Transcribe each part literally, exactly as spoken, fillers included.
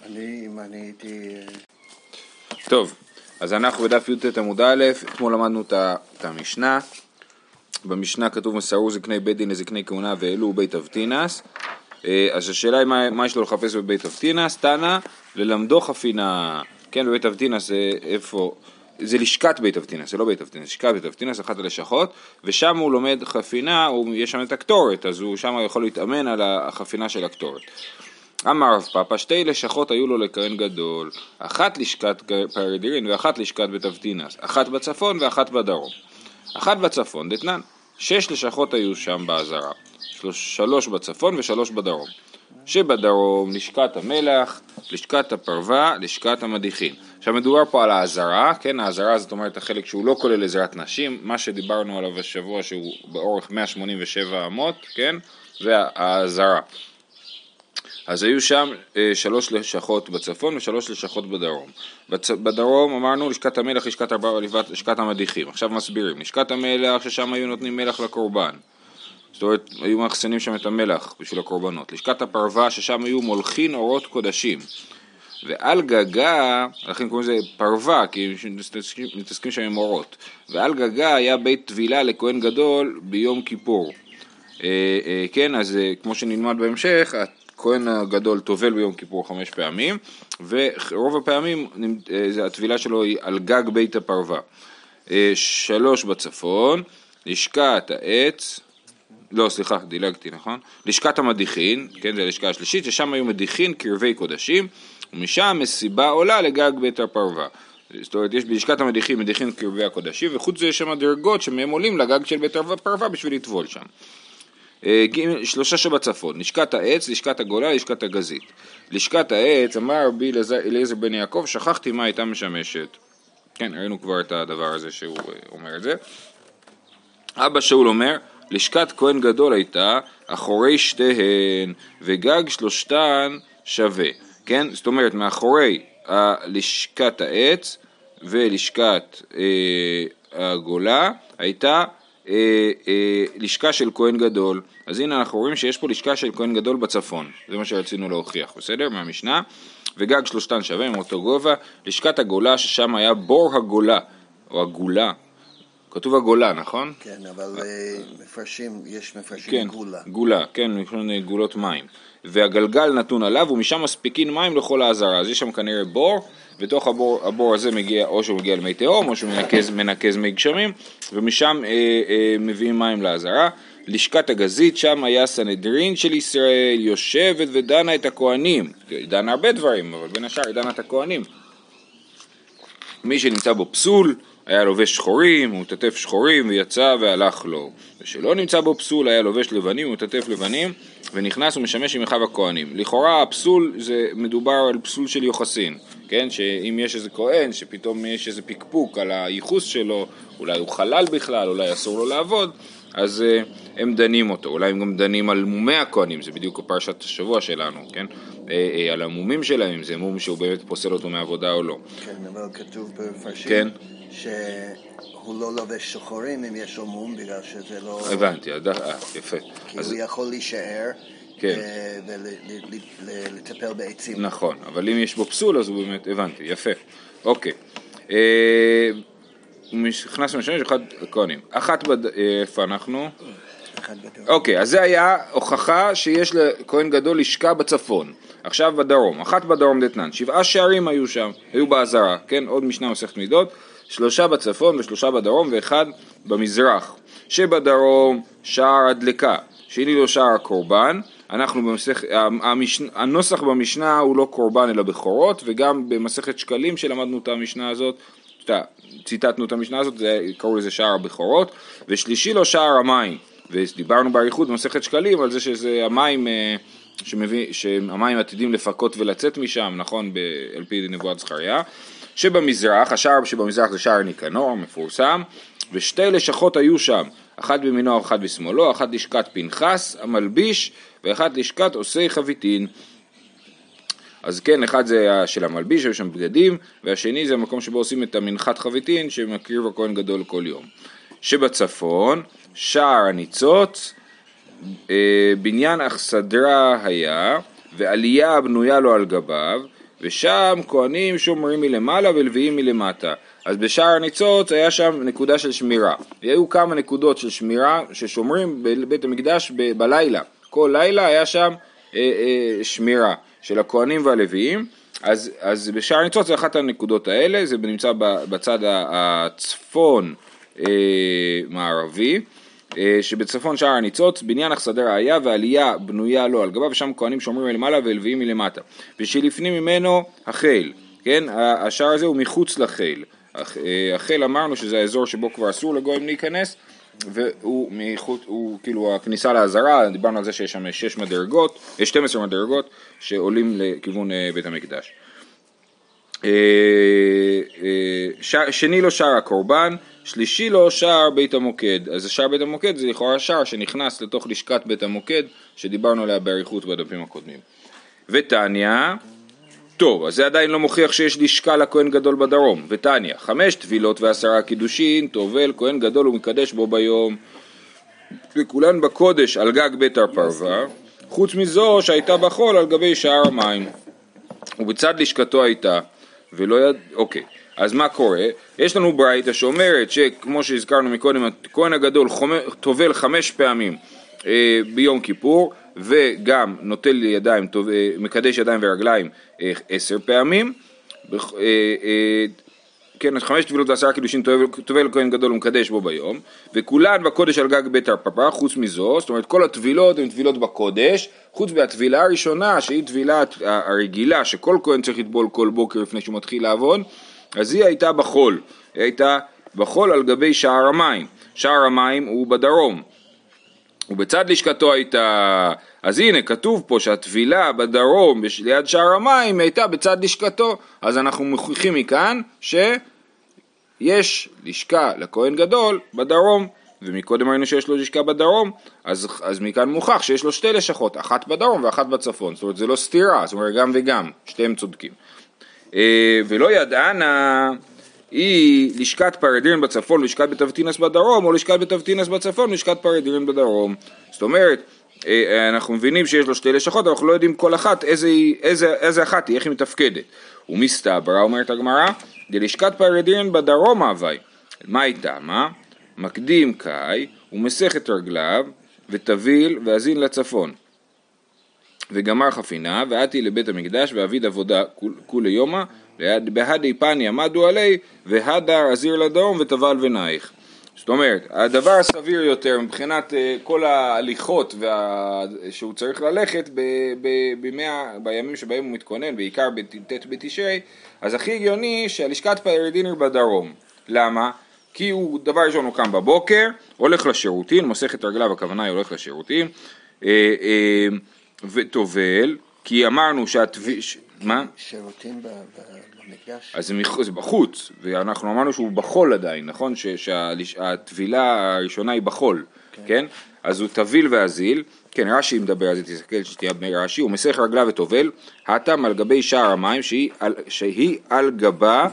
אני, אם אני הייתי... טוב, אז אנחנו בדף י"ט עמוד א', אתמול למדנו את המשנה. במשנה כתוב מסרו זקני בית דין לזקני כהונה ואלו בית אבטינס. אז השאלה היא מה, מה יש לו לחפש בבית אבטינס? תנא ללמדו חפינה. כן, בבית אבטינס זה איפה? זה לשכת בית אבטינס, זה לא בית אבטינס, לשכת בית אבטינס, אחת הלשכות, ושם הוא לומד חפינה, הוא, יש שם את הקטורת, אז הוא שם יכול להתאמן על החפינה של הקטורת. אמר רב פאפא, שתי לשכות היו לו לכהן גדול, אחת לשכת פרדירין ואחת לשכת בית אבטינס, אחת בצפון ואחת בדרום. אחת בצפון, דתנן, שש לשכות היו שם בעזרה, שלוש, שלוש בצפון ושלוש בדרום. שבדרום לשכת המלח, לשכת הפרווה, לשכת המדיחין. עכשיו מדובר פה על העזרה, כן, העזרה זאת אומרת החלק שהוא לא כולל עזרת נשים, מה שדיברנו עליו השבוע שהוא באורך מאה שמונים ושבע אמות, כן, זה העזרה. אז היו שם אה, שלוש לשכות בצפון ושלוש לשכות בדרום. בצ... בדרום אמרנו לשכת המלח, לשכת הפרווה, לשכת המדיחים. עכשיו מסבירים, לשכת המלח ששם היו נותנים מלח לקורבן. זאת אומרת, היו מאחסנים שם את המלח בשביל הקורבנות. לשכת הפרווה ששם היו מולחין אורות קודשים. ועל גגה, לכן קוראים לזה פרווה, כי מתעסקים שם עם אורות. ועל גגה היה בית טבילה לכהן גדול ביום כיפור. אה, אה, כן, אז אה, כמו שנלמד בהמשך, הכהן הגדול טובל ביום כיפור חמש פעמים, ורוב הפעמים אה, הטבילה שלו היא על גג בית הפרווה. אה, שלוש בצפון, לשכת העץ, לא, סליחה, דילגתי, נכון? לשכת המדיחין, כן, זה הלשכה השלישית, ששם היו מדיחין קרבי קודשים, ומשם מסיבה עולה לגג בית הפרווה. זאת אומרת, יש בלשכת המדיחין מדיחין קרבי הקודשים, וחוץ זה יש שם דרגות שמהם עולים לגג של בית הפרווה בשביל לטבול שם. שלושה שבצפון, לשכת העץ, לשכת הגולה, לשכת הגזית. לשכת העץ, אמר רבי אליעזר בן יעקב, שכחתי מה הייתה משמשת. כן, ראינו כבר את הדבר הזה שהוא אומר את זה. אבא שאול אומר, לשכת כהן גדול הייתה אחורי שתיהן וגג שלושתן שווה, כן? זאת אומרת מאחורי לשכת העץ ולשכת אה, הגולה הייתה אה, אה, לשכה של כהן גדול. אז הנה אנחנו רואים שיש פה לשכה של כהן גדול בצפון, זה מה שרצינו להוכיח, בסדר? מהמשנה. וגג שלושתן שווה עם אותו גובה. לשכת הגולה ששם היה בור הגולה או הגולה, כתוב הגולה, נכון? כן, אבל מפרשים, יש מפרשים כן, גולה. גולה, כן, גולות מים. והגלגל נתון עליו, ומשם מספיקים מים לכל העזרה. אז יש שם כנראה בור, ותוך הבור, הבור הזה מגיע, או שהוא מגיע למי תהום, או שהוא מנקז, מנקז מי גשמים, ומשם אה, אה, מביאים מים לעזרה. לשכת הגזית, שם היה סנהדרין של ישראל, יושבת ודנה את הכהנים. דנה הרבה דברים, אבל בין השאר דנה את הכהנים. מי שנמצא בו פסול, היה לובש שחורים, הוא מטטף שחורים ויצא והלך לו. ושלא נמצא בו פסול, היה לובש לבנים, הוא מטטף לבנים ונכנס ומשמש עם אחיו הכהנים. לכאורה הפסול זה מדובר על פסול של יוחסין, כן? שאם יש איזה כהן שפתאום יש איזה פיקפוק על הייחוס שלו, אולי הוא חלל בכלל, אולי אסור לו לעבוד, אז uh, הם דנים אותו. אולי הם גם דנים על מומי הכהנים, זה בדיוק פרשת השבוע שלנו, כן? Uh, uh, על המומים שלהם, זה מום שהוא באמת פוסל אותו מעבודה או לא. כן, אבל כתוב בפרשים. כן. שהוא לא לובש שחורים אם יש לו מום, בגלל שזה לא... הבנתי, אה, יפה. כי אז... הוא יכול להישאר כן. ולטפל בעצים. נכון, אבל אם יש בו פסול אז הוא באמת, הבנתי, יפה. אוקיי. הכנסנו לשני אחד כהנים. אחת בד... איפה אנחנו? אחד בדרום. אוקיי, אז זה היה הוכחה שיש לכהן גדול לשכה בצפון. עכשיו בדרום. אחת בדרום דתנן. שבעה שערים היו שם, היו בעזרה, כן? עוד משנה מסכת מידות. שלושה בצפון ושלושה בדרום ואחד במזרח. שבדרום שער הדלקה, שני לו שער הקורבן. אנחנו במסכת, המשנה, הנוסח במשנה הוא לא קורבן אלא בכורות, וגם במסכת שקלים שלמדנו את המשנה הזאת, ציטטנו את המשנה הזאת, קראו לזה שער הבכורות. ושלישי לו שער המים, ודיברנו באריכות במסכת שקלים על זה שזה המים שמביא, שהמים עתידים לפקות ולצאת משם, נכון, על פי נבואת זכריה. שבמזרח, השער שבמזרח זה שער ניקנור, מפורסם, ושתי לשכות היו שם, אחת במינו ואחת בשמאלו, אחת לשכת פנחס המלביש, ואחת לשכת עושי חביתין. אז כן, אחד זה של המלביש, היו שם בגדים, והשני זה המקום שבו עושים את המנחת חביתין, שמקריב הכהן גדול כל יום. שבצפון, שער הניצוץ, בניין אכסדרה היה, ועלייה בנויה לו על גביו, ושם כהנים שומרים מלמעלה ולוויים מלמטה. אז בשער הניצוץ היה שם נקודה של שמירה. היו כמה נקודות של שמירה ששומרים בבית המקדש ב- בלילה. כל לילה היה שם אה, אה, שמירה של הכהנים והלוויים. אז, אז בשער הניצוץ זה אחת הנקודות האלה, זה נמצא בצד הצפון אה, מערבי. שבצפון שער הניצוץ, בניין אכסדר היה ועלייה בנויה לו על גבה, ושם כהנים שומרים מלמעלה ולוויים מלמטה. ושלפנים ממנו החיל, כן? השער הזה הוא מחוץ לחיל. החיל אמרנו שזה האזור שבו כבר אסור לגויים להיכנס, והוא מחוץ, הוא כאילו הכניסה לעזרה, דיברנו על זה שיש שם שש מדרגות, שתים עשרה מדרגות שעולים לכיוון בית המקדש. שני לו שער הקורבן, שלישי לו שער בית המוקד. אז שער בית המוקד זה לכאורה שער שנכנס לתוך לשכת בית המוקד שדיברנו עליה באריכות בדפים הקודמים. ותניה, טוב, אז זה עדיין לא מוכיח שיש לשכה לכהן גדול בדרום. ותניה, חמש תפילות ועשרה קידושין, תובל כהן גדול ומקדש בו ביום, וכולן בקודש על גג בית הפרווה, חוץ מזו שהייתה בחול על גבי שער המים, ובצד לשכתו הייתה ולא יד... אוקיי, אז מה קורה? יש לנו ברייתא שאומרת שכמו שהזכרנו מקודם, הכהן הגדול טובל חמש פעמים אה, ביום כיפור, וגם נוטל ידיים, טוב, אה, מקדש ידיים ורגליים אה, עשר פעמים, אה, אה, כן, חמש טבילות ועשרה קידושין טובל כהן גדול ומקדש בו ביום, וכולן בקודש על גג בית הפרווה, חוץ מזו, זאת אומרת כל הטבילות הן טבילות בקודש, חוץ מהטבילה הראשונה שהיא טבילה הרגילה שכל כהן צריך לטבול כל בוקר לפני שהוא מתחיל לעבוד, אז היא הייתה בחול, היא הייתה בחול על גבי שער המים, שער המים הוא בדרום, ובצד לשכתו הייתה, אז הנה כתוב פה שהטבילה בדרום ליד שער המים הייתה בצד לשכתו, אז אנחנו מוכיחים מכאן שיש לשכה לכהן גדול בדרום, ומקודם ראינו שיש לו לשכה בדרום, אז, אז מכאן מוכח שיש לו שתי לשכות, אחת בדרום ואחת בצפון, זאת אומרת זה לא סתירה, זאת אומרת גם וגם, שתיהם צודקים. ולא ידענה היא לשכת פרדירין בצפון ולשכת בית אבטינס בדרום, או לשכת בית אבטינס בצפון ולשכת פרדירין בדרום. זאת אומרת, אנחנו מבינים שיש לו שתי לשכות, אבל אנחנו לא יודעים כל אחת איזה, איזה, איזה אחת היא, איך היא מתפקדת. ומסתברא, אומרת הגמרא, לשכת פרדירין בדרום הווי. מה הייתה? מה? מקדים קאי ומסכת רגליו ותביל ואזין לצפון. וגמר חפינה, ועתי לבית המקדש, ואביד עבודה כולי יומה, בהדי פני עמדו עלי, והדר עזיר לדרום, וטבל ונייך. זאת אומרת, הדבר הסביר יותר, מבחינת uh, כל ההליכות וה... שהוא צריך ללכת ב... ב... ב... בימים שבהם הוא מתכונן, בעיקר בט' בתשרי, אז הכי הגיוני שהלשכת פרדירין בדרום. למה? כי הוא, דבר ראשון, הוא קם בבוקר, הולך לשירותים, מסכת רגליו, הכוונה היא הולך לשירותים, אה, אה, וטובל, כי אמרנו שהטביש... מה? שירותים במקדש. אז זה בחוץ, ואנחנו אמרנו שהוא בחול עדיין, נכון? שהטבילה הראשונה היא בחול, כן? אז הוא טביל ואזיל, כן, רש"י מדבר על זה, תסתכל שתהיה רש"י, הוא מסך רגלה וטובל, התם על גבי שער המים, שהיא על, שהיא על גבה,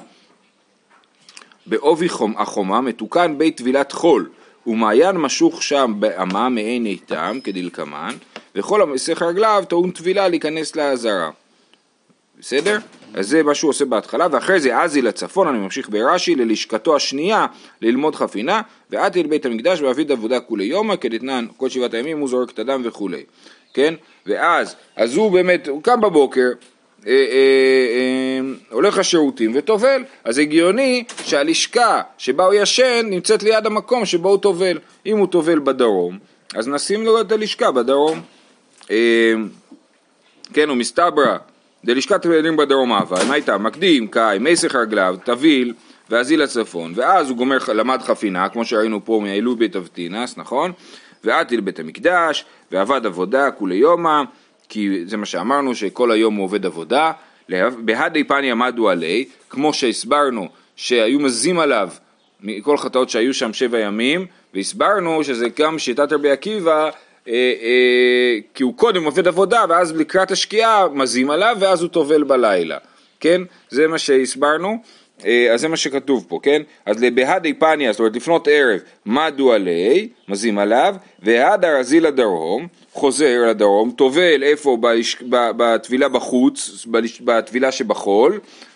בעובי החומה, מתוקן בית טבילת חול, ומעיין משוך שם באמה מעין איתם, כדלקמן, וכל המסך רגליו טעון טבילה להיכנס לעזרה. בסדר? אז זה מה שהוא עושה בהתחלה, ואחרי זה עזי לצפון, אני ממשיך ברש"י, ללשכתו השנייה ללמוד חפינה, ועתי לבית המקדש ואביד עבודה כולי יומה, כדתנן כל שבעת הימים הוא זורק את הדם וכו'. כן? ואז, אז הוא באמת, הוא קם בבוקר, אה, אה, אה, הולך לשירותים וטובל, אז הגיוני שהלשכה שבה הוא ישן נמצאת ליד המקום שבו הוא טובל. אם הוא טובל בדרום, אז נשים לו את הלשכה בדרום. אה, כן, הוא מסתברא, דלשכת פרדירין בדרום הווי, מה הייתה? מקדים, קאי, מסך רגליו, תביל ואזיל לצפון, ואז הוא גומר, למד חפינה, כמו שראינו פה מעילוי בית אבטינס, נכון? ועתי לבית המקדש, ועבד עבודה כולי יומה, כי זה מה שאמרנו, שכל היום הוא עובד עבודה, בהדי פני עמדו עלי, כמו שהסברנו שהיו מזים עליו מכל חטאות שהיו שם שבע ימים, והסברנו שזה גם שיטת רבי עקיבא, אה, אה, כי הוא קודם עובד עבודה, ואז לקראת השקיעה מזים עליו, ואז הוא טובל בלילה, כן? זה מה שהסברנו, אז זה מה שכתוב פה, כן? אז לבהדי פניה, זאת אומרת לפנות ערב, מדו עלי, מזים עליו, והד הרזי לדרום, חוזר לדרום, טובל איפה בתבילה בחוץ, בתבילה שבחול,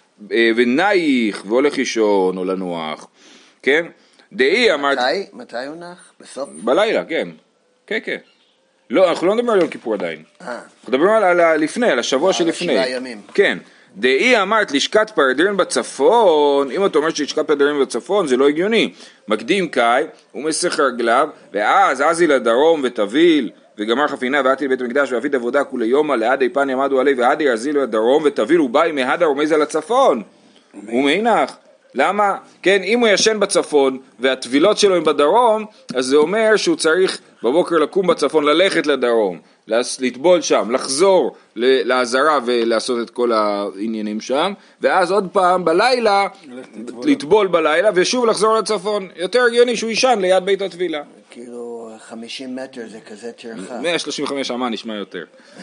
ונייך והולך לישון או לנוח, כן? דאי אמרת... מתי? מתי הוא נח? בסוף? בלילה, כן. כן, כן. לא, אנחנו לא מדברים על יום כיפור עדיין. אה. אנחנו מדברים על לפני, על השבוע שלפני. שבעה ימים. כן. דאי אמרת לשכת פרדרין בצפון, אם אתה אומר שלשכת פרדרין בצפון זה לא הגיוני. מקדים קאי, הוא מסך רגליו, ואז עזי לדרום ותביל, וגמר חפינה ועתי לבית המקדש ואבית עבודה כולי יומה לעדי פן ימדו עלי ועדי עזי לדרום ותביל ובאי מהדר ומז על הצפון. הוא מינך. למה? כן, אם הוא ישן בצפון והטבילות שלו הם בדרום, אז זה אומר שהוא צריך בבוקר לקום בצפון, ללכת לדרום, לטבול שם, לחזור לעזרה ולעשות את כל העניינים שם, ואז עוד פעם בלילה, לטבול בלילה ושוב לחזור לצפון. יותר הגיוני שהוא ישן ליד בית הטבילה. כאילו חמישים מטר זה כזה טרחה. מאה שלושים וחמש אמה נשמע יותר.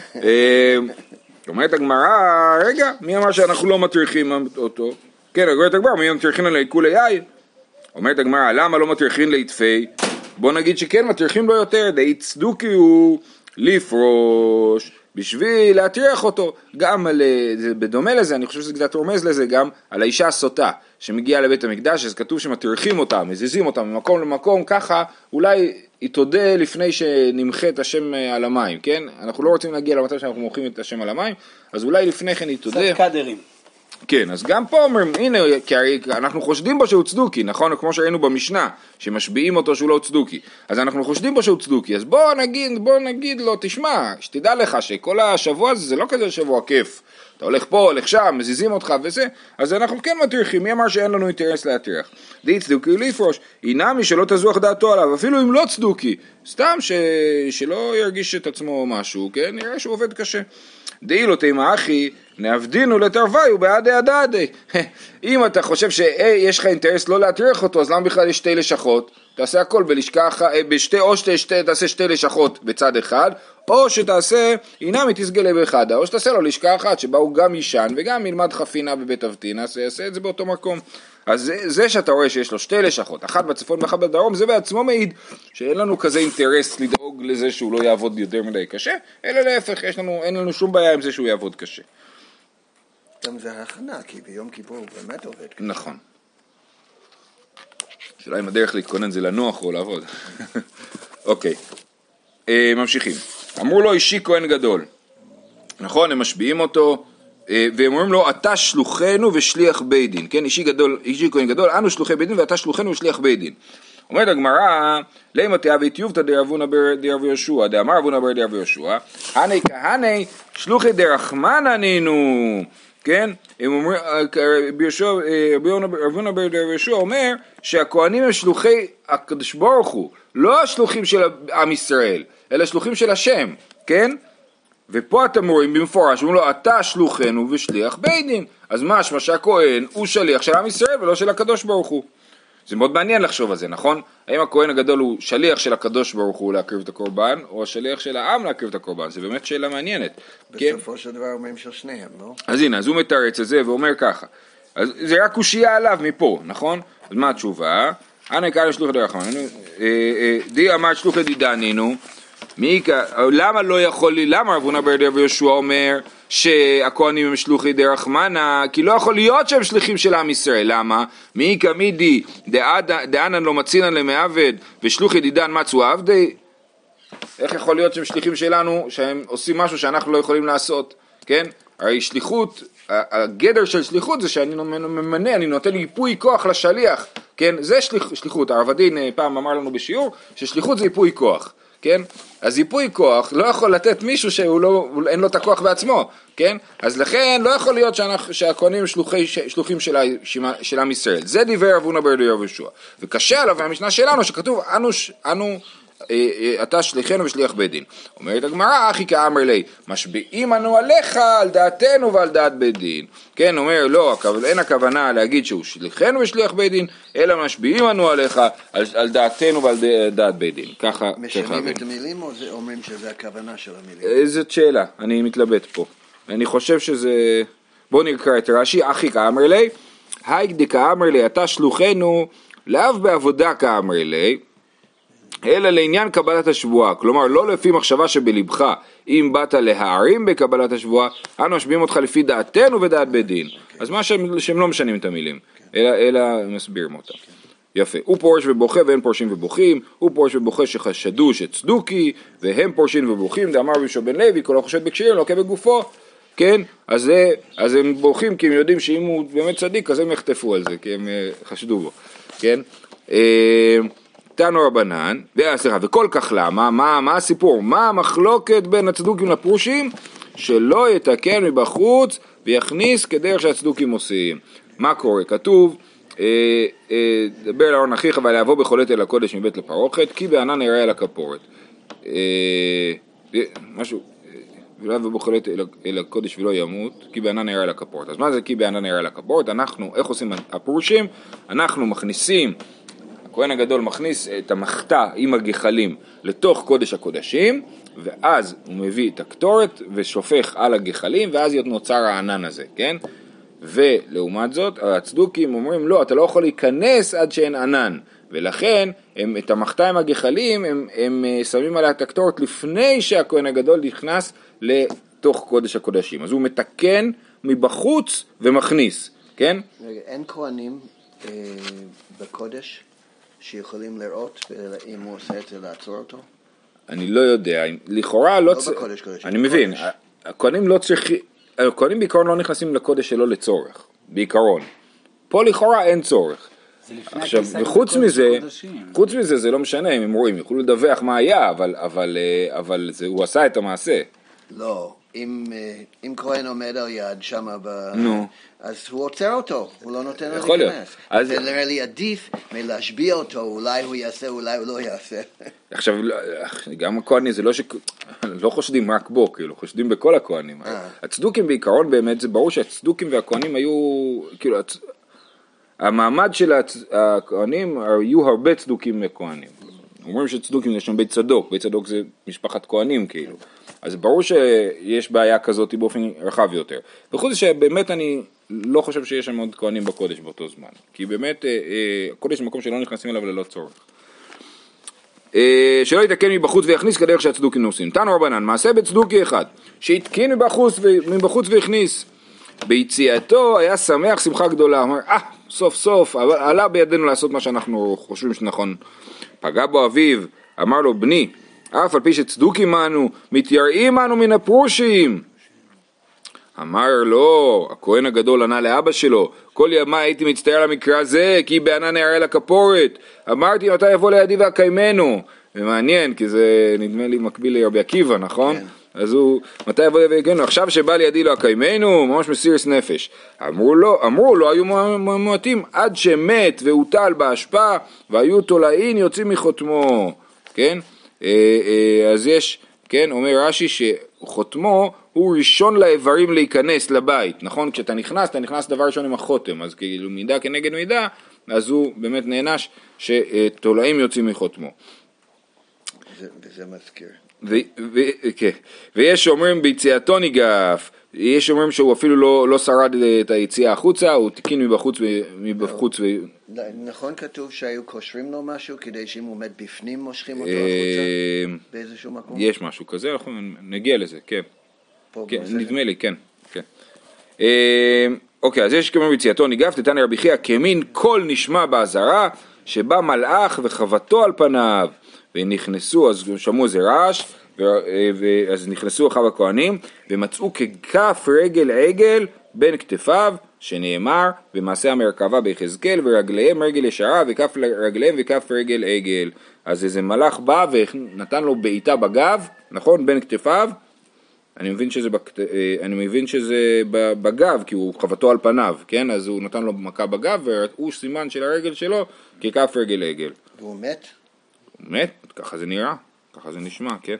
אומרת הגמרא, רגע, מי אמר שאנחנו לא מטריחים אותו? כן, הגמרא הגמרא, מי מטריחים לעיכולי יין? אומרת הגמרא, למה לא מטריחים ליתפי? בוא נגיד שכן מטריחים לו יותר, די צדוקי הוא לפרוש, בשביל להטריח אותו. גם על, בדומה לזה, אני חושב שזה קצת רומז לזה, גם על האישה הסוטה, שמגיעה לבית המקדש, אז כתוב שמטריחים אותה, מזיזים אותה ממקום למקום, ככה אולי היא תודה לפני שנמחה את השם על המים, כן? אנחנו לא רוצים להגיע למצב שאנחנו מוכרים את השם על המים, אז אולי לפני כן היא תודה. קצת קדרים. כן, אז גם פה אומרים, הנה, כי אנחנו חושדים בו שהוא צדוקי, נכון? כמו שראינו במשנה, שמשביעים אותו שהוא לא צדוקי. אז אנחנו חושדים בו שהוא צדוקי, אז בוא נגיד, בוא נגיד לו, תשמע, שתדע לך שכל השבוע הזה זה לא כזה שבוע כיף. אתה הולך פה, הולך שם, מזיזים אותך וזה, אז אנחנו כן מטריחים, מי אמר שאין לנו אינטרס להטריח? די צדוקי לפרוש, אינמי שלא תזוח דעתו עליו, אפילו אם לא צדוקי, סתם ש... שלא ירגיש את עצמו משהו, כן? נראה שהוא עובד קשה. די לא תימה אחי, נעבדינו לתרוויו בעדי הדעדי. אם אתה חושב שיש לך אינטרס לא להטריח אותו, אז למה בכלל יש שתי לשכות? תעשה הכל בלשכה אחת, בשתי או שתי, שתי, תעשה שתי לשכות בצד אחד, או שתעשה, הנה מתסגלה באחד, או שתעשה לו לשכה אחת, שבה הוא גם ישן וגם ילמד חפינה בבית אבטינס, ויעשה את זה באותו מקום. אז זה, זה שאתה רואה שיש לו שתי לשכות, אחת בצפון ואחת בדרום, זה בעצמו מעיד שאין לנו כזה אינטרס לדאוג לזה שהוא לא יעבוד יותר מדי קשה, אלא להפך, יש לנו, אין לנו שום בעיה עם זה שהוא יעבוד קשה. גם זה הכנה, כי ביום כיפור הוא באמת עובד. נכון. שאלה אם הדרך להתכונן זה לנוח או לעבוד. אוקיי, ממשיכים. אמרו לו אישי כהן גדול. נכון, הם משביעים אותו, והם אומרים לו, אתה שלוחנו ושליח בית דין. כן, אישי גדול, אישי כהן גדול, אנו שלוחי בית דין ואתה שלוחנו ושליח בית דין. אומרת הגמרא, לימה תיאבי תיובתא דרבונה בר דרב יהושע, דאמר רבונה בר דרב יהושע, הני כהני שלוחי דרחמן ענינו. כן, הם אומרים, רבונה בר דרב יהושע אומר שהכהנים הם שלוחי הקדוש ברוך הוא, לא השלוחים של עם ישראל, אלא שלוחים של השם, כן? ופה אתם רואים במפורש, אומרים לו, אתה שלוחנו ושליח בית דין. אז משמע שהכהן הוא שליח של עם ישראל ולא של הקדוש ברוך הוא. זה מאוד מעניין לחשוב על זה, נכון? האם הכהן הגדול הוא שליח של הקדוש ברוך הוא להקריב את הקורבן, או השליח של העם להקריב את הקורבן? זה באמת שאלה מעניינת. בסופו של דבר אומרים של שניהם, לא? אז הנה, אז הוא מתרץ את זה ואומר ככה. אז זה רק קושייה עליו מפה, נכון? אז מה התשובה? אנא קרא לשלוח דרחמן. די אמר שלוח דידנינו. למה לא יכול לי, למה רבונה בר דרב יהושע אומר שהכהנים הם שלוחי דרחמנה? כי לא יכול להיות שהם שליחים של עם ישראל. למה? מי כמידי דאנן לא מצינן למעבד ושלוחי דידן מצו עבדי? איך יכול להיות שהם שליחים שלנו, שהם עושים משהו שאנחנו לא יכולים לעשות? כן? הרי שליחות, הגדר של שליחות זה שאני ממנה, אני נותן ייפוי כוח לשליח, כן? זה שליח, שליחות. הרב הדין פעם אמר לנו בשיעור ששליחות זה ייפוי כוח. כן? אז ייפוי כוח לא יכול לתת מישהו שהוא לא, אין לו את הכוח בעצמו, כן? אז לכן לא יכול להיות שהכהנים שלוחי, שלוחים של, של עם ישראל. זה דיבר רבונה בר דרב יהושע. וקשה עליו מהמשנה שלנו שכתוב, אנו, אנו אתה שליחנו ושליח בית דין. אומרת הגמרא, אחי כאמר לי, משביעים אנו עליך על דעתנו ועל דעת בית דין. כן, אומר, לא, אין הכוונה להגיד שהוא שליחנו ושליח בית דין, אלא משביעים אנו עליך על, על דעתנו ועל דעת בית דין. ככה, משנים את המילים או זה אומרים שזה הכוונה של המילים? זאת שאלה, אני מתלבט פה. אני חושב שזה, בוא נקרא את רש"י, אחי כאמר לי, היי דקאמר לי, אתה שלוחנו, לאו בעבודה כאמר לי, אלא לעניין קבלת השבועה, כלומר לא לפי מחשבה שבלבך, אם באת להערים בקבלת השבועה, אנו משביעים אותך לפי דעתנו ודעת בית דין. אז מה שהם, שהם לא משנים את המילים, אלא, אלא מסבירים אותם. יפה, הוא פורש ובוכה ואין פורשים ובוכים, הוא פורש ובוכה שחשדו שצדוקי, והם פורשים ובוכים, דאמר בישוע בן לוי, כל החושד בקשירים לוקה בגופו, כן? אז, אז הם בוכים כי הם יודעים שאם הוא באמת צדיק, אז הם יחטפו על זה, כי הם חשדו בו, כן? תנו רבנן, סליחה, וכל כך למה, מה, מה הסיפור? מה המחלוקת בין הצדוקים לפרושים? שלא יתקן מבחוץ ויכניס כדרך שהצדוקים עושים. מה קורה? כתוב, אה, אה, דבר אל אהרון אחיך ולהבוא בחולת אל הקודש מבית לפרוכת, כי בענן יראה אל הכפורת. אה, משהו, ולא יבוא בחולת אל, אל הקודש ולא ימות, כי בענן יראה אל הכפורת. אז מה זה כי בענן יראה אל הכפורת? אנחנו, איך עושים הפרושים? אנחנו מכניסים, הכהן הגדול מכניס את המחתה עם הגחלים לתוך קודש הקודשים, ואז הוא מביא את הקטורת ושופך על הגחלים, ואז נוצר הענן הזה, כן? ולעומת זאת, הצדוקים אומרים, לא, אתה לא יכול להיכנס עד שאין ענן, ולכן הם, את המחתה עם הגחלים, הם, הם שמים עליה את הקטורת לפני שהכהן הגדול נכנס לתוך קודש הקודשים. אז הוא מתקן מבחוץ ומכניס, כן? רגע, אין כהנים אה, בקודש שיכולים לראות, אם הוא עושה את זה לעצור אותו? אני לא יודע, לכאורה לא, לא צ... בקודש, קודש, אני מבין, הכהנים לא צריכים, הכהנים בעיקרון לא נכנסים לקודש שלו לצורך, בעיקרון. פה לכאורה אין צורך. עכשיו, וחוץ מזה, חוץ מזה זה לא משנה אם הם רואים, יכולו לדווח מה היה, אבל, אבל, אבל זה, הוא עשה את המעשה. לא, אם, אם כהן עומד על יד שמה, ב... נו. אז הוא עוצר אותו, הוא לא נותן לו יכול להיכנס. אז... זה נראה לי עדיף מלהשביע אותו, אולי הוא יעשה, אולי הוא לא יעשה. עכשיו, גם הכהנים זה לא ש... לא חושדים רק בו, כאילו, חושדים בכל הכהנים. הצדוקים בעיקרון באמת, זה ברור שהצדוקים והכהנים היו, כאילו, הצ... המעמד של הכהנים היו הרבה צדוקים מכהנים. אומרים שצדוקים זה שם בית צדוק, בית צדוק זה משפחת כהנים, כאילו. אז ברור שיש בעיה כזאת באופן רחב יותר. וחוץ שבאמת אני לא חושב שיש שם עוד כהנים בקודש באותו זמן. כי באמת הקודש זה מקום שלא נכנסים אליו ללא צורך. שלא יתקן מבחוץ ויכניס כדרך שהצדוקים עושים. תנו רבנן, מעשה בצדוקי אחד, שהתקין מבחוץ, מבחוץ והכניס. ביציאתו היה שמח שמחה גדולה. אמר, אה, סוף סוף, עלה בידינו לעשות מה שאנחנו חושבים שנכון. פגע בו אביו, אמר לו, בני, אף על פי שצדוקים אנו, מתייראים אנו מן הפרושים. אמר לו, הכהן הגדול ענה לאבא שלו, כל ימה הייתי מצטער על המקרה הזה, כי בענן יראה לכפורת. אמרתי, מתי יבוא לידי והקיימנו? ומעניין, כי זה נדמה לי מקביל לרבי עקיבא, נכון? כן. אז הוא, מתי יבוא לידי והקיימנו? עכשיו שבא לידי לא הקיימנו, ממש מסירס נפש. אמרו לו, אמרו לו, היו מועטים, עד שמת והוטל בהשפעה, והיו תולעים יוצאים מחותמו. כן? אז יש, כן, אומר רש"י שחותמו הוא ראשון לאיברים להיכנס לבית, נכון? כשאתה נכנס, אתה נכנס דבר ראשון עם החותם, אז כאילו מידה כנגד מידה, אז הוא באמת נענש שתולעים יוצאים מחותמו. וזה מזכיר. ויש שאומרים ביציאתו ניגף, יש שאומרים שהוא אפילו לא, לא שרד את היציאה החוצה, הוא תיקין מבחוץ, מבחוץ ו... נכון כתוב שהיו קושרים לו משהו, כדי שאם הוא עומד בפנים מושכים אותו החוצה, באיזשהו מקום? יש משהו כזה, אנחנו נגיע לזה, כן. נדמה לי, כן. אוקיי, אז יש כמו ביציאתו ניגף, תתני רבי חייא, כמין קול נשמע בעזרה, שבא מלאך וחבטו על פניו, ונכנסו, אז שמעו איזה רעש, אז נכנסו אחר הכהנים, ומצאו ככף רגל עגל בין כתפיו, שנאמר במעשה המרכבה ביחזקאל, ורגליהם רגל ישרה, וכף רגליהם וכף רגל עגל. אז איזה מלאך בא ונתן לו בעיטה בגב, נכון? בין כתפיו, אני מבין שזה, בקט... אני מבין שזה בגב, כי הוא חבטו על פניו, כן? אז הוא נתן לו מכה בגב, והוא סימן של הרגל שלו ככף רגל עגל. והוא מת? הוא מת, ככה זה נראה, ככה זה נשמע, כן?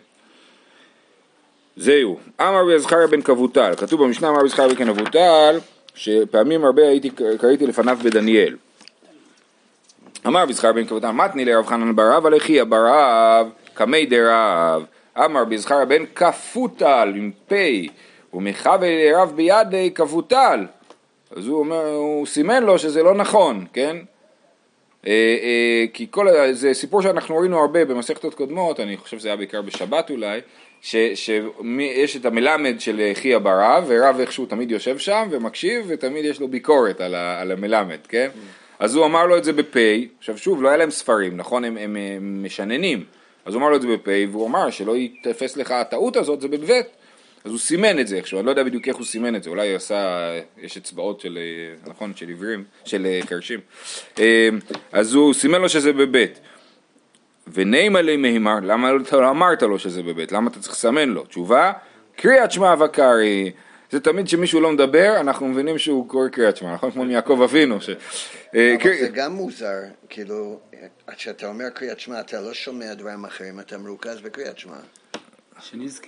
זהו, אמר רבי זכריה בן כבוטל, כתוב במשנה אמר רבי זכריה בן כבוטל, שפעמים הרבה הייתי, קראתי לפניו בדניאל. אמר רבי זכריה בן כבוטל, מתני לרב חנן ברב, הלכי ברב, קמי דרב, אמר רבי זכריה בן כפוטל, עם פי, ומחווה לרב בידי כבוטל. אז הוא אומר, הוא סימן לו שזה לא נכון, כן? אה, אה, כי כל, זה סיפור שאנחנו ראינו הרבה במסכתות קודמות, אני חושב שזה היה בעיקר בשבת אולי, שיש את המלמד של חייא ברב, ורב איכשהו תמיד יושב שם ומקשיב, ותמיד יש לו ביקורת על, ה, על המלמד, כן? אז הוא אמר לו את זה בפי, עכשיו שוב, לא היה להם ספרים, נכון? הם, הם, הם משננים, אז הוא אמר לו את זה בפי, והוא אמר שלא יתפס לך הטעות הזאת, זה בבית. אז הוא סימן את זה איכשהו, אני לא יודע בדיוק איך הוא סימן את זה, אולי הוא עשה, יש אצבעות של, נכון, של עיוורים, של קרשים. אז הוא סימן לו שזה בבית. ונעים עלי מהימר, למה אתה לא אמרת לו שזה בבית? למה אתה צריך לסמן לו? תשובה, קריאת שמע וקרי. זה תמיד שמישהו לא מדבר, אנחנו מבינים שהוא קורא קריאת שמע, נכון? כמו מיעקב אבינו. ש... אבל זה גם מוזר, כאילו, כשאתה אומר קריאת שמע, אתה לא שומע דברים אחרים, אתה מרוכז בקריאת שמע. שנזכה.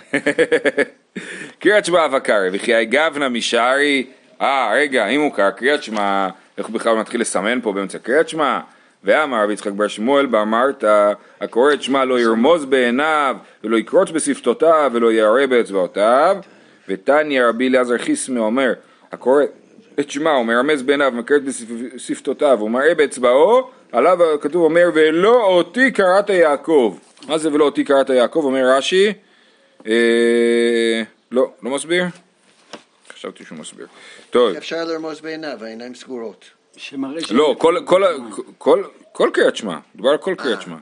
קריאת שמע וקרי, וכי גבנה משערי, אה, רגע, אם הוא קרא קריאת שמע, איך בכלל מתחיל לסמן פה באמצע קריאת שמע? ואמר רבי יצחק בר שמואל באמרת, הקורא את שמע לא ירמוז בעיניו, ולא יקרוץ בשפתותיו, ולא יערה באצבעותיו. ותניא רבי אליעזר חיסמא אומר, הקורא את שמע, הוא מרמז בעיניו, מקרץ בשפתותיו, הוא מראה באצבעו, עליו כתוב אומר, ולא אותי קראת יעקב. מה זה ולא אותי קראת יעקב? אומר רש"י, אה, לא, לא מסביר? חשבתי שהוא מסביר. טוב. אפשר לרמוז בעיניו, העיניים סגורות. לא, כל, כל, כל, כל קריאת שמע, דבר על כל קריאת שמע.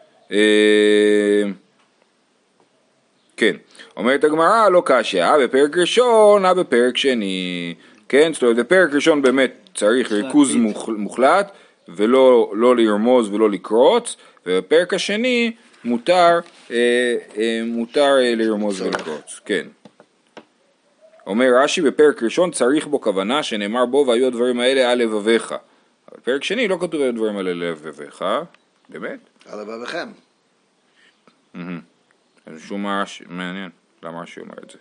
כן, אומרת הגמרא, לא קשיא, בפרק ראשון, בפרק שני, כן, זאת אומרת, בפרק ראשון באמת צריך ריכוז מוחלט, ולא לא לרמוז ולא לקרוץ, ובפרק השני מותר, מותר לרמוז ולקרוץ, כן. אומר רש"י, בפרק ראשון צריך בו כוונה שנאמר בו והיו הדברים האלה על לבביך. בפרק שני לא כתוב הדברים האלה על לבביך, באמת? על לבביכם. אז שום רש"י, מעניין, למה רש"י אומר את זה.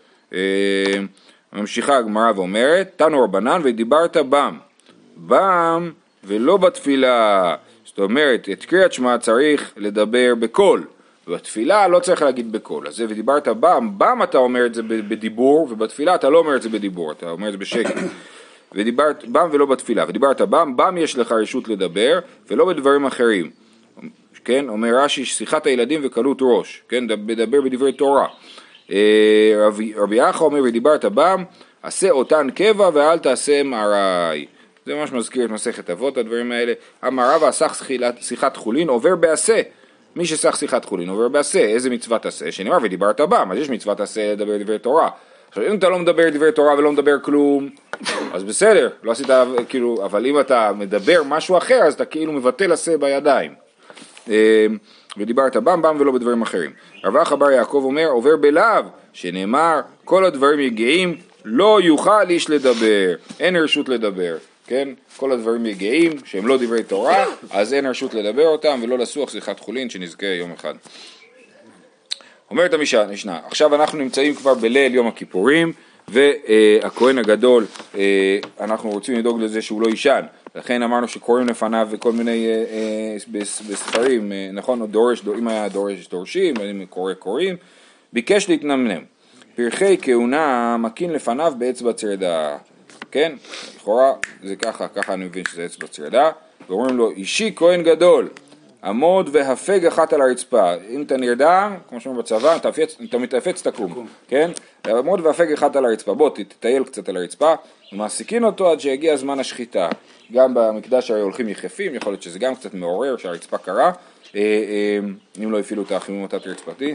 ממשיכה הגמרא ואומרת, תנו רבנן ודיברת בם. בם ולא בתפילה. זאת אומרת, את קריאת שמע צריך לדבר בקול. ובתפילה לא צריך להגיד בקול, אז זה ודיברת בם, בם אתה אומר את זה בדיבור, ובתפילה אתה לא אומר את זה בדיבור, אתה אומר את זה בשקט. ודיברת בם ולא בתפילה, ודיברת בם, בם יש לך רשות לדבר, ולא בדברים אחרים. כן, אומר רש"י, שיחת הילדים וקלות ראש, כן, מדבר בדברי תורה. רבי, רבי יחא אומר, ודיברת בם, עשה אותן קבע ואל תעשה מעראי. זה ממש מזכיר את מסכת אבות, הדברים האלה. אמר רבא, סך שיחת חולין עובר בעשה. מי שסך שיחת חולין עובר בעשה, איזה מצוות עשה? שנאמר ודיברת בם, אז יש מצוות עשה לדבר דברי תורה. עכשיו אם אתה לא מדבר דברי תורה ולא מדבר כלום, אז בסדר, לא עשית כאילו, אבל אם אתה מדבר משהו אחר, אז אתה כאילו מבטל עשה בידיים. ודיברת בם בם ולא בדברים אחרים. רב אחא בר יעקב אומר, עובר בלאו, שנאמר, כל הדברים יגעים, לא יוכל איש לדבר, אין רשות לדבר. כן? כל הדברים יגעים שהם לא דברי תורה, אז אין רשות לדבר אותם ולא לסוח שיחת חולין שנזכה יום אחד. אומרת המשנה, עכשיו אנחנו נמצאים כבר בליל יום הכיפורים, והכהן הגדול, אנחנו רוצים לדאוג לזה שהוא לא יישן, לכן אמרנו שקוראים לפניו וכל מיני בספרים, נכון, דורש, אם היה דורש דורשים, אם קורא קוראים, ביקש להתנמנם, פרחי כהונה מקין לפניו באצבע צרדה, כן, לכאורה זה ככה, ככה אני מבין שזה אצבע צרדה, ואומרים לו, אישי כהן גדול, עמוד והפג אחת על הרצפה, אם אתה נרדם, כמו שאומרים בצבא, אתה, אתה מתאפץ תקום, כן, עמוד והפג אחת על הרצפה, בוא תטייל קצת על הרצפה, ומעסיקין אותו עד שיגיע זמן השחיטה, גם במקדש הרי הולכים יחפים, יכול להיות שזה גם קצת מעורר שהרצפה קרה, אם לא הפעילו את החימום התת רצפתי,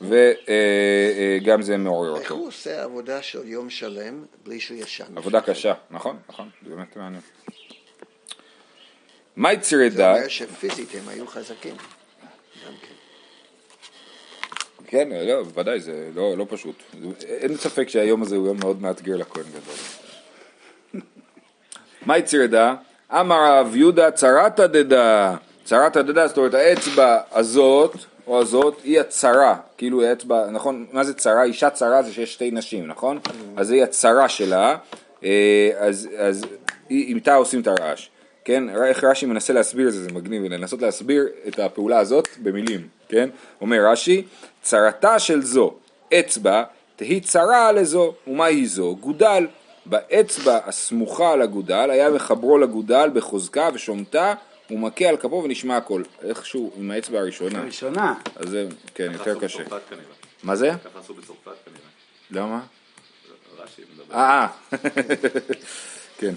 וגם זה מעורר אותו. איך הוא עושה עבודה של יום שלם בלי שהוא ישן? עבודה קשה, נכון, נכון, זה באמת מעניין. מהי צרדה? זה אומר שפיזית הם היו חזקים. כן, לא, בוודאי, זה לא פשוט. אין ספק שהיום הזה הוא יום מאוד מאתגר לכהן גדול. מהי צרדה? אמר רב יהודה צרתא דדה. צרתא דדה, זאת אומרת, האצבע הזאת, או הזאת, היא הצרה, כאילו האצבע, נכון, מה זה צרה? אישה צרה זה שיש שתי נשים, נכון? אז היא הצרה שלה, אז, אז איתה עושים את הרעש, כן? איך רש"י מנסה להסביר את זה, זה מגניב, לנסות להסביר את הפעולה הזאת במילים, כן? אומר רש"י, צרתה של זו, אצבע, תהי צרה לזו, ומה היא זו? גודל, באצבע הסמוכה על הגודל, היה מחברו לגודל בחוזקה ושומתה, הוא מכה על כפו ונשמע הכל. איכשהו עם האצבע הראשונה. הראשונה. אז זה, כן, יותר קשה. בצרפת כנראה. מה זה? ככה עשו בצרפת כנראה. למה? רש"י מדבר. אה, כן.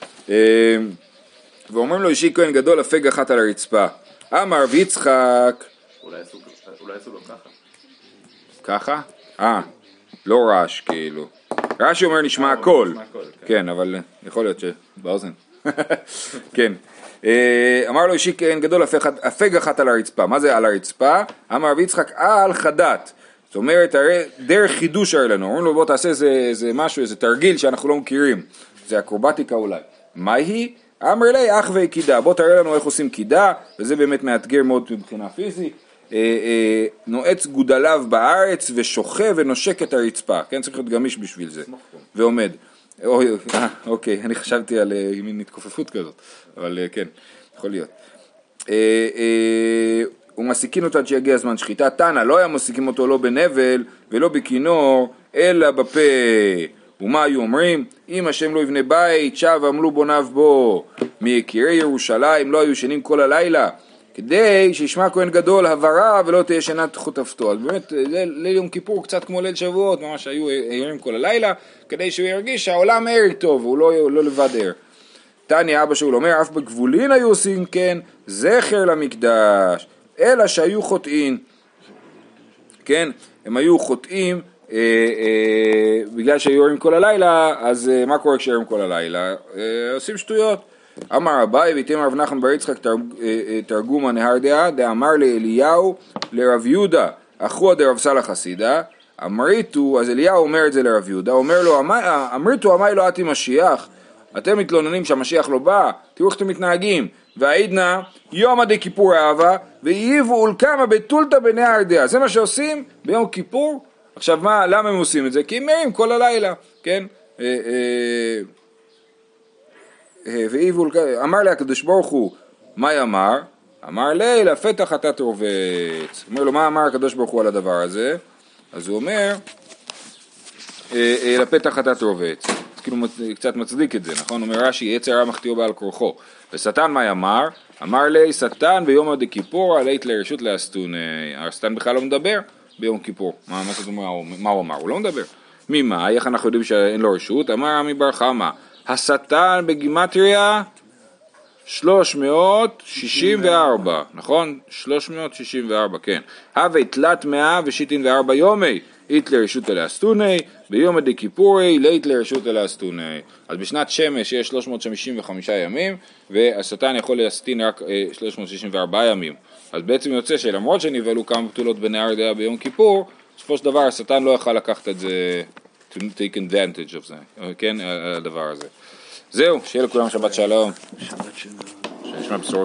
ואומרים לו אישי כהן גדול הפג אחת על הרצפה. אמר רב יצחק. אולי עשו לו ככה. ככה? אה, לא רעש כאילו. רש"י אומר נשמע הכל. כן, אבל יכול להיות שבאוזן. כן. אמר לו אישי כהן גדול הפג אחת על הרצפה. מה זה על הרצפה? אמר רב יצחק על חדת. זאת אומרת, הרי דרך חידוש הרי לנו, אומרים לו בוא תעשה איזה, איזה משהו, איזה תרגיל שאנחנו לא מכירים, זה אקרובטיקה אולי. מה היא? אמר לי אח וקידה, בוא תראה לנו איך עושים קידה, וזה באמת מאתגר מאוד מבחינה פיזית, אה, אה, נועץ גודליו בארץ ושוכב ונושק את הרצפה, כן, צריך להיות גמיש בשביל זה, ועומד. אוי, אה, אוקיי, אני חשבתי על אה, מין התכופפות כזאת, אבל אה, כן, יכול להיות. אה, אה, ומסיקים אותו עד שיגיע הזמן שחיטה, תנא לא היה מסיקים אותו לא בנבל ולא בכינור, אלא בפה. ומה היו אומרים? אם השם לא יבנה בית, שב עמלו בוניו בו. מיקירי ירושלים לא היו שנים כל הלילה, כדי שישמע כהן גדול הברה ולא תהיה שנת חוטפתו. אז באמת ליל יום כיפור קצת כמו ליל שבועות, ממש היו ערים כל הלילה, כדי שהוא ירגיש שהעולם ער טוב, והוא לא, לא לבד ער. תני אבא שאול אומר, אף בגבולין היו עושים כן, זכר למקדש. אלא שהיו חוטאים, כן, הם היו חוטאים אה, אה, בגלל שהיו ערים כל הלילה, אז אה, מה קורה כשערים כל הלילה? אה, עושים שטויות. אמר אביי ויתאמר רב נחמן בר יצחק תרג, אה, אה, תרגום הנהרדעה, דאמר לאליהו לרב יהודה, אחוה דרב סלח חסידה, אמריתו, אז אליהו אומר את זה לרב יהודה, אומר לו, אמריתו אמי לא אתי משיח, אתם מתלוננים שהמשיח לא בא, תראו איך אתם מתנהגים, והעידנה יום עדי כיפור אהבה, ואיבו ולכמה בתולתא בנהר דעה. זה מה שעושים ביום כיפור. עכשיו מה, למה הם עושים את זה? כי הם מרים כל הלילה, כן? ואיבו, אמר לי הקדוש ברוך הוא, מה אמר? אמר לי, לפתח אתה תרובץ. אומר לו, מה אמר הקדוש ברוך הוא על הדבר הזה? אז הוא אומר, לפתח אתה תרובץ. כאילו קצת מצדיק את זה, נכון? אומר רש"י, יצר הרע מחטיאו בעל כורחו. ושטן מה אמר? אמר לי, שטן ביום עדי כיפור עלית לרשות להסתון. השטן בכלל לא מדבר ביום כיפור. מה, מה, מה, מה הוא אמר? הוא לא מדבר. ממה? איך אנחנו יודעים שאין לו רשות? אמר עמי בר חמא, השטן בגימטריה שלוש מאות שישים וארבע, נכון? שלוש מאות שישים וארבע, כן. הווה תלת מאה ושיטין וארבע יומי, אית לרשות להסתוני, ביום עדי כיפורי, לית לרשות להסתוני. אז בשנת שמש יש שלוש מאות חמישים וחמישה ימים, והשטן יכול להסתין רק אה, שלוש מאות שישים וארבע ימים. אז בעצם יוצא שלמרות שנבלו כמה בתולות בנהר דעה ביום כיפור, בסופו של דבר השטן לא יכל לקחת את זה, to take advantage of זה, כן, הדבר הזה. זהו, שיהיה לכולם שבת שלום. שבת שלום. שנשמע בשורות.